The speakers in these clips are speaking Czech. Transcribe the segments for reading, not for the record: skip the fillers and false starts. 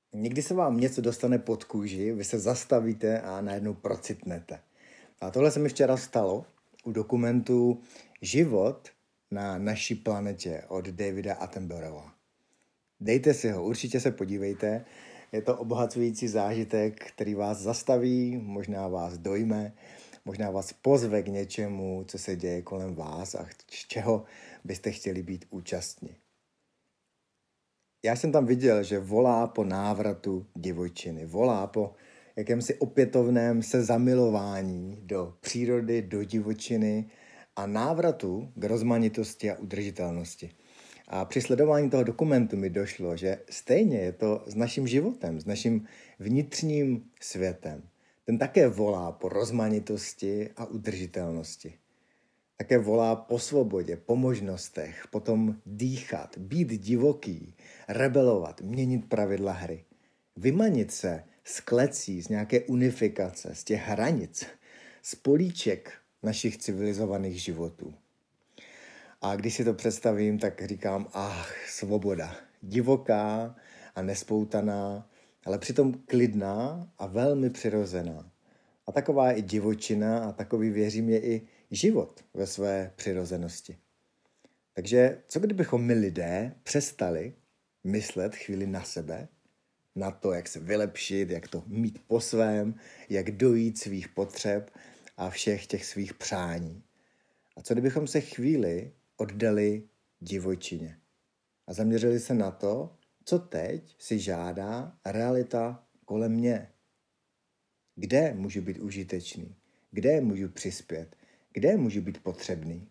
Někdy se vám něco dostane pod kůži, vy se zastavíte a najednou procitnete. A tohle se mi včera stalo u dokumentu Život na naší planetě od Davida Attenborougha. Dejte si ho, určitě se podívejte. Je to obohacující zážitek, který vás zastaví, možná vás dojme, možná vás pozve k něčemu, co se děje kolem vás a z čeho byste chtěli být účastní. Já jsem tam viděl, že volá po návratu divočiny, volá po jakémsi opětovném sezamilování do přírody, do divočiny a návratu k rozmanitosti a udržitelnosti. A při sledování toho dokumentu mi došlo, že stejně je to s naším životem, s naším vnitřním světem. Ten také volá po rozmanitosti a udržitelnosti. Také volá po svobodě, po možnostech, potom dýchat, být divoký, rebelovat, měnit pravidla hry. Vymanit se z klecí, z nějaké unifikace, z těch hranic, z políček našich civilizovaných životů. A když si to představím, tak říkám, svoboda. Divoká a nespoutaná, ale přitom klidná a velmi přirozená. A taková je i divočina a takový, věřím, je i život ve své přirozenosti. Takže co kdybychom my lidé přestali myslet chvíli na sebe, na to, jak se vylepšit, jak to mít po svém, jak dojít svých potřeb a všech těch svých přání. A co kdybychom se chvíli oddali divočině a zaměřili se na to, co teď si žádá realita kolem mě. Kde můžu být užitečný? Kde můžu přispět? Kde můžu být potřebný?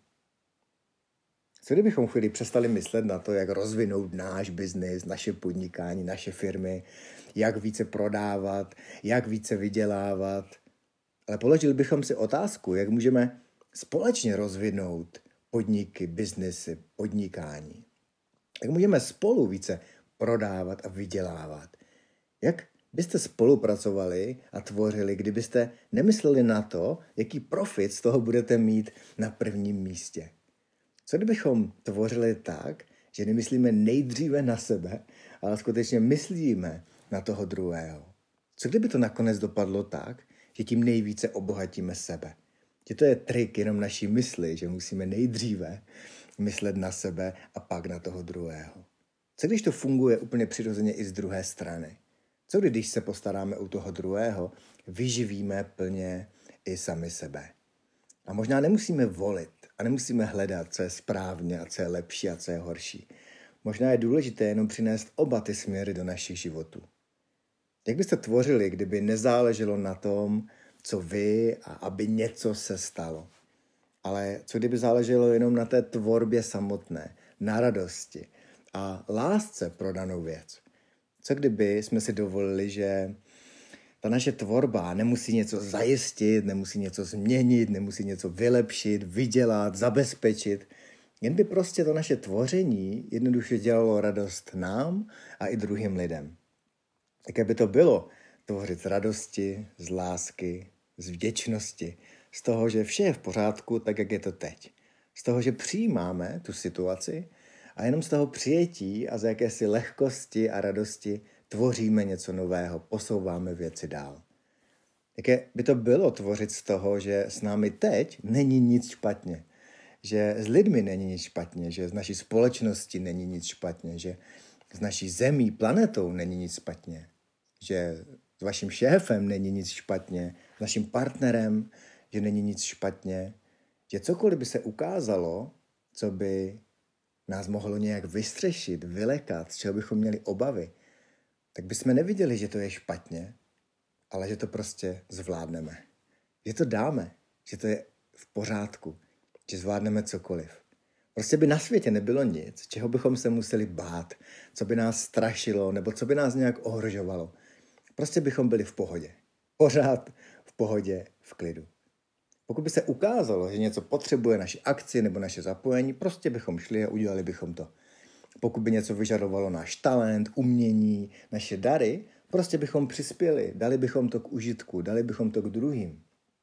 Co kdybychom chvíli přestali myslet na to, jak rozvinout náš biznis, naše podnikání, naše firmy, jak více prodávat, jak více vydělávat, ale položili bychom si otázku, jak můžeme společně rozvinout podniky, biznesy, podnikání. Jak můžeme spolu více prodávat a vydělávat. Jak byste spolupracovali a tvořili, kdybyste nemysleli na to, jaký profit z toho budete mít na prvním místě. Co kdybychom tvořili tak, že nemyslíme nejdříve na sebe, ale skutečně myslíme na toho druhého. Co kdyby to nakonec dopadlo tak, že tím nejvíce obohatíme sebe. Že to je trik jenom naší mysli, že musíme nejdříve myslet na sebe a pak na toho druhého. Co když to funguje úplně přirozeně i z druhé strany? Co když se postaráme u toho druhého, vyživíme plně i sami sebe? A možná nemusíme volit a nemusíme hledat, co je správně a co je lepší a co je horší. Možná je důležité jenom přinést oba ty směry do našich životů. Jak byste tvořili, kdyby nezáleželo na tom, co vy a aby něco se stalo? Ale co kdyby záleželo jenom na té tvorbě samotné, na radosti a lásce pro danou věc? Co kdyby jsme si dovolili, že ta naše tvorba nemusí něco zajistit, nemusí něco změnit, nemusí něco vylepšit, vydělat, zabezpečit. Jen by prostě to naše tvoření jednoduše dělalo radost nám a i druhým lidem. Jaké by to bylo tvořit z radosti, z lásky, z vděčnosti, z toho, že vše je v pořádku tak, jak je to teď. Z toho, že přijímáme tu situaci a jenom z toho přijetí a z jakési lehkosti a radosti tvoříme něco nového, posouváme věci dál. Jaké by to bylo tvořit z toho, že s námi teď není nic špatně, že s lidmi není nic špatně, že s naší společností není nic špatně, že s naší zemí, planetou není nic špatně, že s vaším šéfem není nic špatně, s naším partnerem, že není nic špatně, že cokoliv by se ukázalo, co by nás mohlo nějak vystřešit, vylekat, z čeho bychom měli obavy, tak bychom neviděli, že to je špatně, ale že to prostě zvládneme. Že to dáme, že to je v pořádku, že zvládneme cokoliv. Prostě by na světě nebylo nic, čeho bychom se museli bát, co by nás strašilo nebo co by nás nějak ohrožovalo. Prostě bychom byli v pohodě. Pořád v pohodě, v klidu. Pokud by se ukázalo, že něco potřebuje naši akci nebo naše zapojení, prostě bychom šli a udělali bychom to. Pokud by něco vyžadovalo náš talent, umění, naše dary, prostě bychom přispěli, dali bychom to k užitku, dali bychom to k druhým.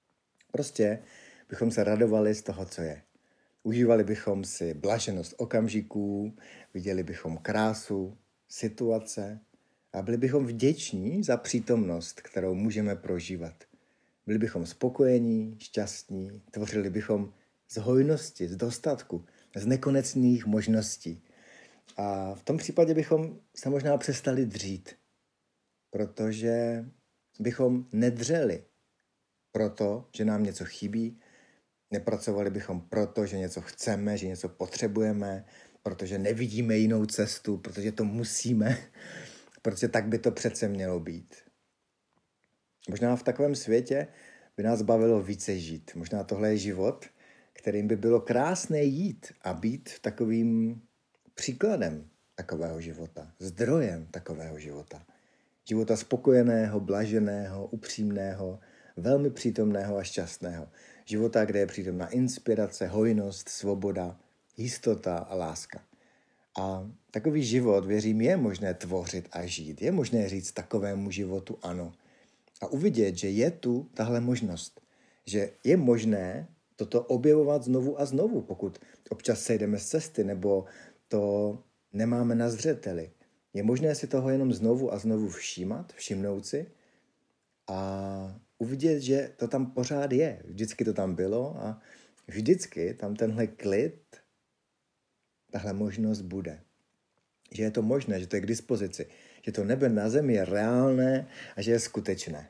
Prostě bychom se radovali z toho, co je. Užívali bychom si blaženost okamžiků, viděli bychom krásu, situace A byli bychom vděční za přítomnost, kterou můžeme prožívat. Byli bychom spokojení, šťastní, tvořili bychom z hojnosti, z dostatku, z nekonečných možností. A v tom případě bychom se možná přestali dřít, protože bychom nedřeli proto, že nám něco chybí, nepracovali bychom proto, že něco chceme, že něco potřebujeme, protože nevidíme jinou cestu, protože to musíme, protože tak by to přece mělo být. Možná v takovém světě by nás bavilo více žít. Možná tohle je život, kterým by bylo krásné jít a být takovým příkladem takového života, zdrojem takového života. Života spokojeného, blaženého, upřímného, velmi přítomného a šťastného. Života, kde je přítomná inspirace, hojnost, svoboda, jistota a láska. A takový život, věřím, je možné tvořit a žít. Je možné říct takovému životu ano. A uvidět, že je tu tahle možnost. Že je možné toto objevovat znovu a znovu, pokud občas sejdeme z cesty nebo to nemáme na zřeteli. Je možné si toho jenom znovu a znovu všimnout si a uvidět, že to tam pořád je. Vždycky to tam bylo a vždycky tam tenhle klid, tahle možnost bude. Že je to možné, že to je k dispozici, že to nebe na zemi je reálné a že je skutečné.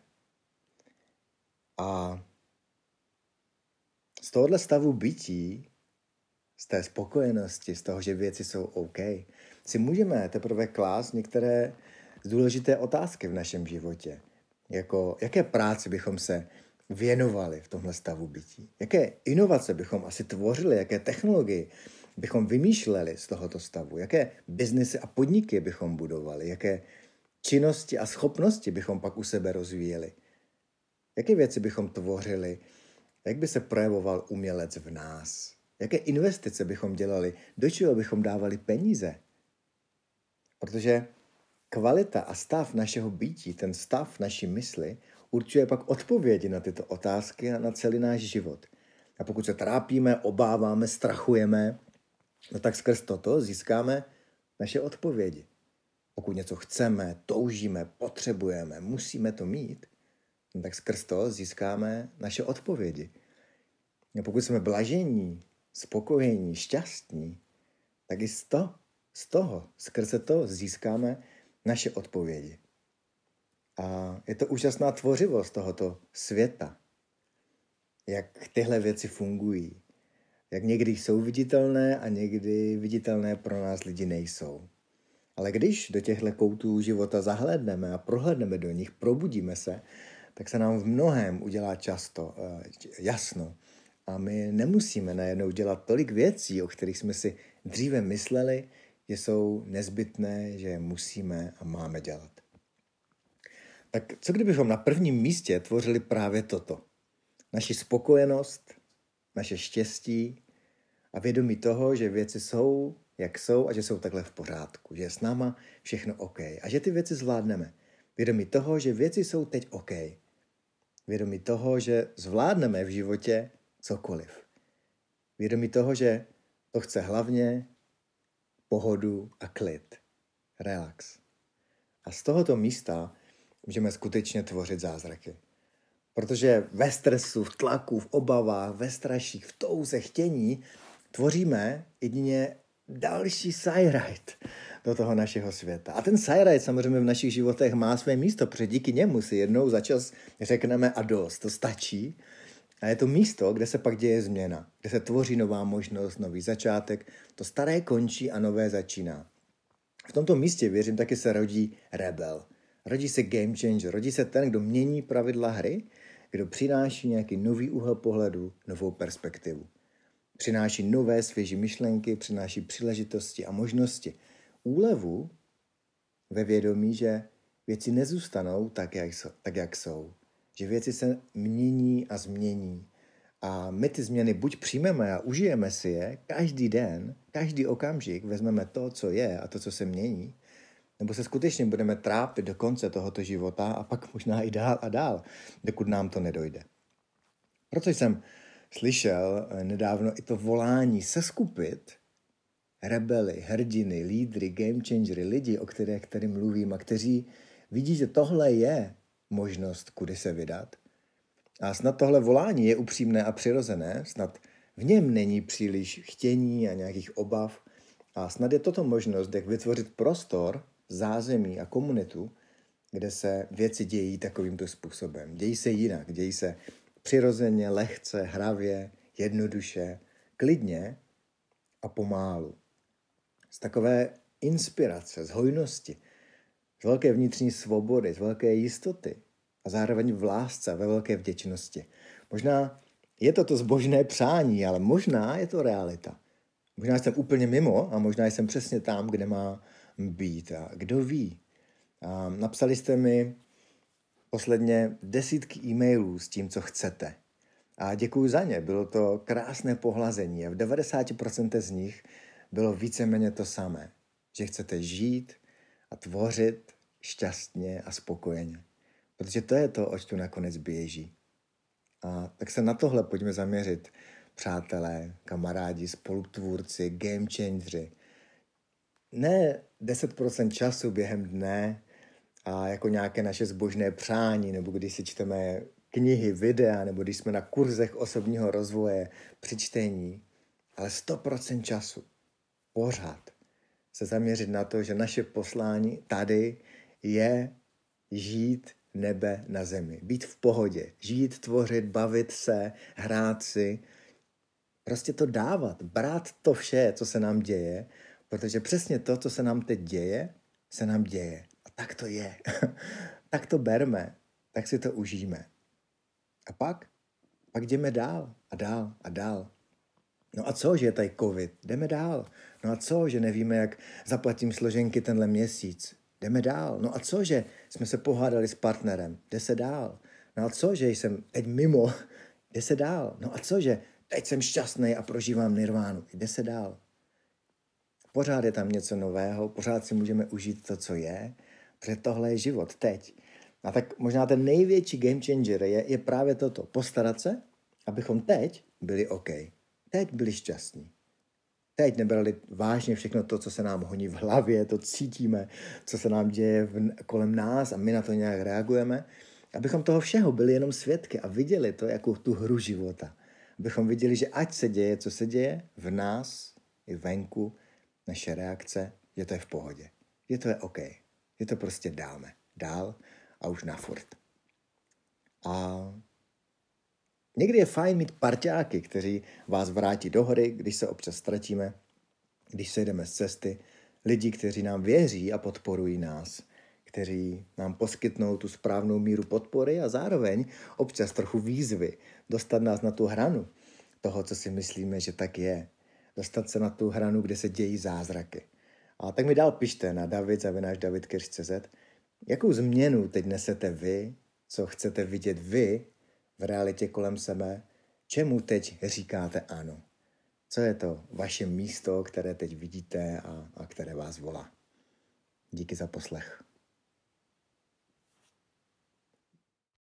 A z tohohle stavu bytí, z té spokojenosti, z toho, že věci jsou OK, si můžeme teprve klást některé důležité otázky v našem životě. Jako, jaké práci bychom se věnovali v tomhle stavu bytí? Jaké inovace bychom asi tvořili? Jaké technologie bychom vymýšleli z tohoto stavu? Jaké biznesy a podniky bychom budovali? Jaké činnosti a schopnosti bychom pak u sebe rozvíjeli? Jaké věci bychom tvořili? Jak by se projevoval umělec v nás? Jaké investice bychom dělali? Do čeho bychom dávali peníze? Protože kvalita a stav našeho bytí, ten stav naší mysli, určuje pak odpovědi na tyto otázky a na celý náš život. A pokud se trápíme, obáváme, strachujeme, no tak skrz toto získáme naše odpovědi. Pokud něco chceme, toužíme, potřebujeme, musíme to mít, no tak skrz to získáme naše odpovědi. A pokud jsme blažení, spokojení, šťastní, tak i skrze to získáme naše odpovědi. A je to úžasná tvořivost tohoto světa. Jak tyhle věci fungují. Jak někdy jsou viditelné a někdy viditelné pro nás lidi nejsou. Ale když do těchto koutů života zahlédneme a prohlédneme do nich, probudíme se, tak se nám v mnohém udělá často jasno. A my nemusíme najednou dělat tolik věcí, o kterých jsme si dříve mysleli, že jsou nezbytné, že je musíme a máme dělat. Tak co kdybychom na prvním místě tvořili právě toto? Naši spokojenost, naše štěstí a vědomí toho, že věci jsou, jak jsou a že jsou takhle v pořádku, že je s náma všechno OK a že ty věci zvládneme. Vědomí toho, že věci jsou teď OK. Vědomí toho, že zvládneme v životě cokoliv. Vědomí toho, že to chce hlavně pohodu a klid. Relax. A z tohoto místa můžeme skutečně tvořit zázraky. Protože ve stresu, v tlaku, v obavách, ve straších, v touze, chtění tvoříme jedině další sajrajt do toho našeho světa. A ten sajrajt samozřejmě v našich životech má své místo, protože díky němu si jednou za čas řekneme a dost, to stačí. A je to místo, kde se pak děje změna, kde se tvoří nová možnost, nový začátek, to staré končí a nové začíná. V tomto místě, věřím, taky se rodí rebel. Rodí se game changer, rodí se ten, kdo mění pravidla hry, kdo přináší nějaký nový úhel pohledu, novou perspektivu. Přináší nové svěží myšlenky, přináší příležitosti a možnosti. Úlevu ve vědomí, že věci nezůstanou tak, jak jsou. Že věci se mění a změní. A my ty změny buď přijmeme a užijeme si je každý den, každý okamžik vezmeme to, co je a to, co se mění, nebo se skutečně budeme trápit do konce tohoto života a pak možná i dál a dál, dokud nám to nedojde. Proto jsem slyšel nedávno i to volání seskupit rebely, hrdiny, lídry, game changery, lidi, o kterým mluvím a kteří vidí, že tohle je možnost, kudy se vydat. A snad tohle volání je upřímné a přirozené, snad v něm není příliš chtění a nějakých obav a snad je toto možnost, jak vytvořit prostor, zázemí a komunitu, kde se věci dějí takovýmto způsobem. Dějí se jinak, dějí se přirozeně, lehce, hravě, jednoduše, klidně a pomálu. Z takové inspirace, z hojnosti, z velké vnitřní svobody, z velké jistoty a zároveň v lásce a ve velké vděčnosti. Možná je to zbožné přání, ale možná je to realita. Možná jsem úplně mimo a možná jsem přesně tam, kde má být. A kdo ví? A napsali jste mi posledně desítky e-mailů s tím, co chcete. A děkuji za ně. Bylo to krásné pohlazení a v 90% z nich bylo víceméně to samé. Že chcete žít a tvořit šťastně a spokojeně. Protože to je to, oč tu nakonec běží. A tak se na tohle pojďme zaměřit, přátelé, kamarádi, spolutvůrci, game changeri. Ne 10% času během dne a jako nějaké naše zbožné přání, nebo když si čteme knihy, videa, nebo když jsme na kurzech osobního rozvoje, při čtení, ale 100% času, pořád se zaměřit na to, že naše poslání tady je žít nebe na zemi. Být v pohodě, žít, tvořit, bavit se, hrát si, prostě to dávat, brát to vše, co se nám děje, protože přesně to, co se nám teď děje, se nám děje. A tak to je. Tak to berme, tak si to užijeme. A pak jdeme dál a dál a dál. No a co, že je tady covid? Jdeme dál. No a co, že nevíme, jak zaplatím složenky tenhle měsíc? Jdeme dál. No a co, že jsme se pohádali s partnerem? Jde se dál. No a co, že jsem teď mimo? Jde se dál. No a co, že teď jsem šťastný a prožívám nirvánu? Jde se dál. Pořád je tam něco nového, pořád si můžeme užít to, co je, protože tohle je život teď. A tak možná ten největší game changer je právě toto. Postarat se, abychom teď byli OK. Teď byli šťastní. Teď nebrali vážně všechno to, co se nám honí v hlavě, to cítíme, co se nám děje kolem nás a my na to nějak reagujeme. Abychom toho všeho byli jenom svědky a viděli to jako tu hru života. Abychom viděli, že ať se děje, co se děje, v nás i venku, naše reakce, že to je v pohodě. Že to je OK. Že to prostě dáme. Dál a už na furt. A někdy je fajn mít parťáky, kteří vás vrátí do hry, když se občas ztratíme, když se jdeme z cesty, lidi, kteří nám věří a podporují nás, kteří nám poskytnou tu správnou míru podpory a zároveň občas trochu výzvy, dostat nás na tu hranu toho, co si myslíme, že tak je. Dostat se na tu hranu, kde se dějí zázraky. A tak mi dál pište na david@davidkirch.cz, jakou změnu teď nesete vy, co chcete vidět vy v realitě kolem sebe, čemu teď říkáte ano. Co je to vaše místo, které teď vidíte a které vás volá. Díky za poslech.